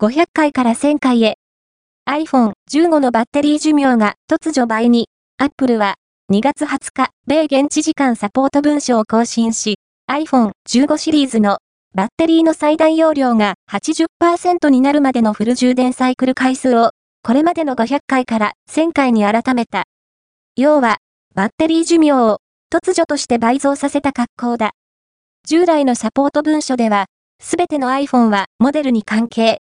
500回から1000回へ。iPhone 15のバッテリー寿命が突如倍に。Apple は2月20日、米現地時間サポート文書を更新し、iPhone 15シリーズのバッテリーの最大容量が 80% になるまでのフル充電サイクル回数を、これまでの500回から1000回に改めた。要は、バッテリー寿命を突如として倍増させた格好だ。従来のサポート文書では、すべての iPhone はモデルに関係、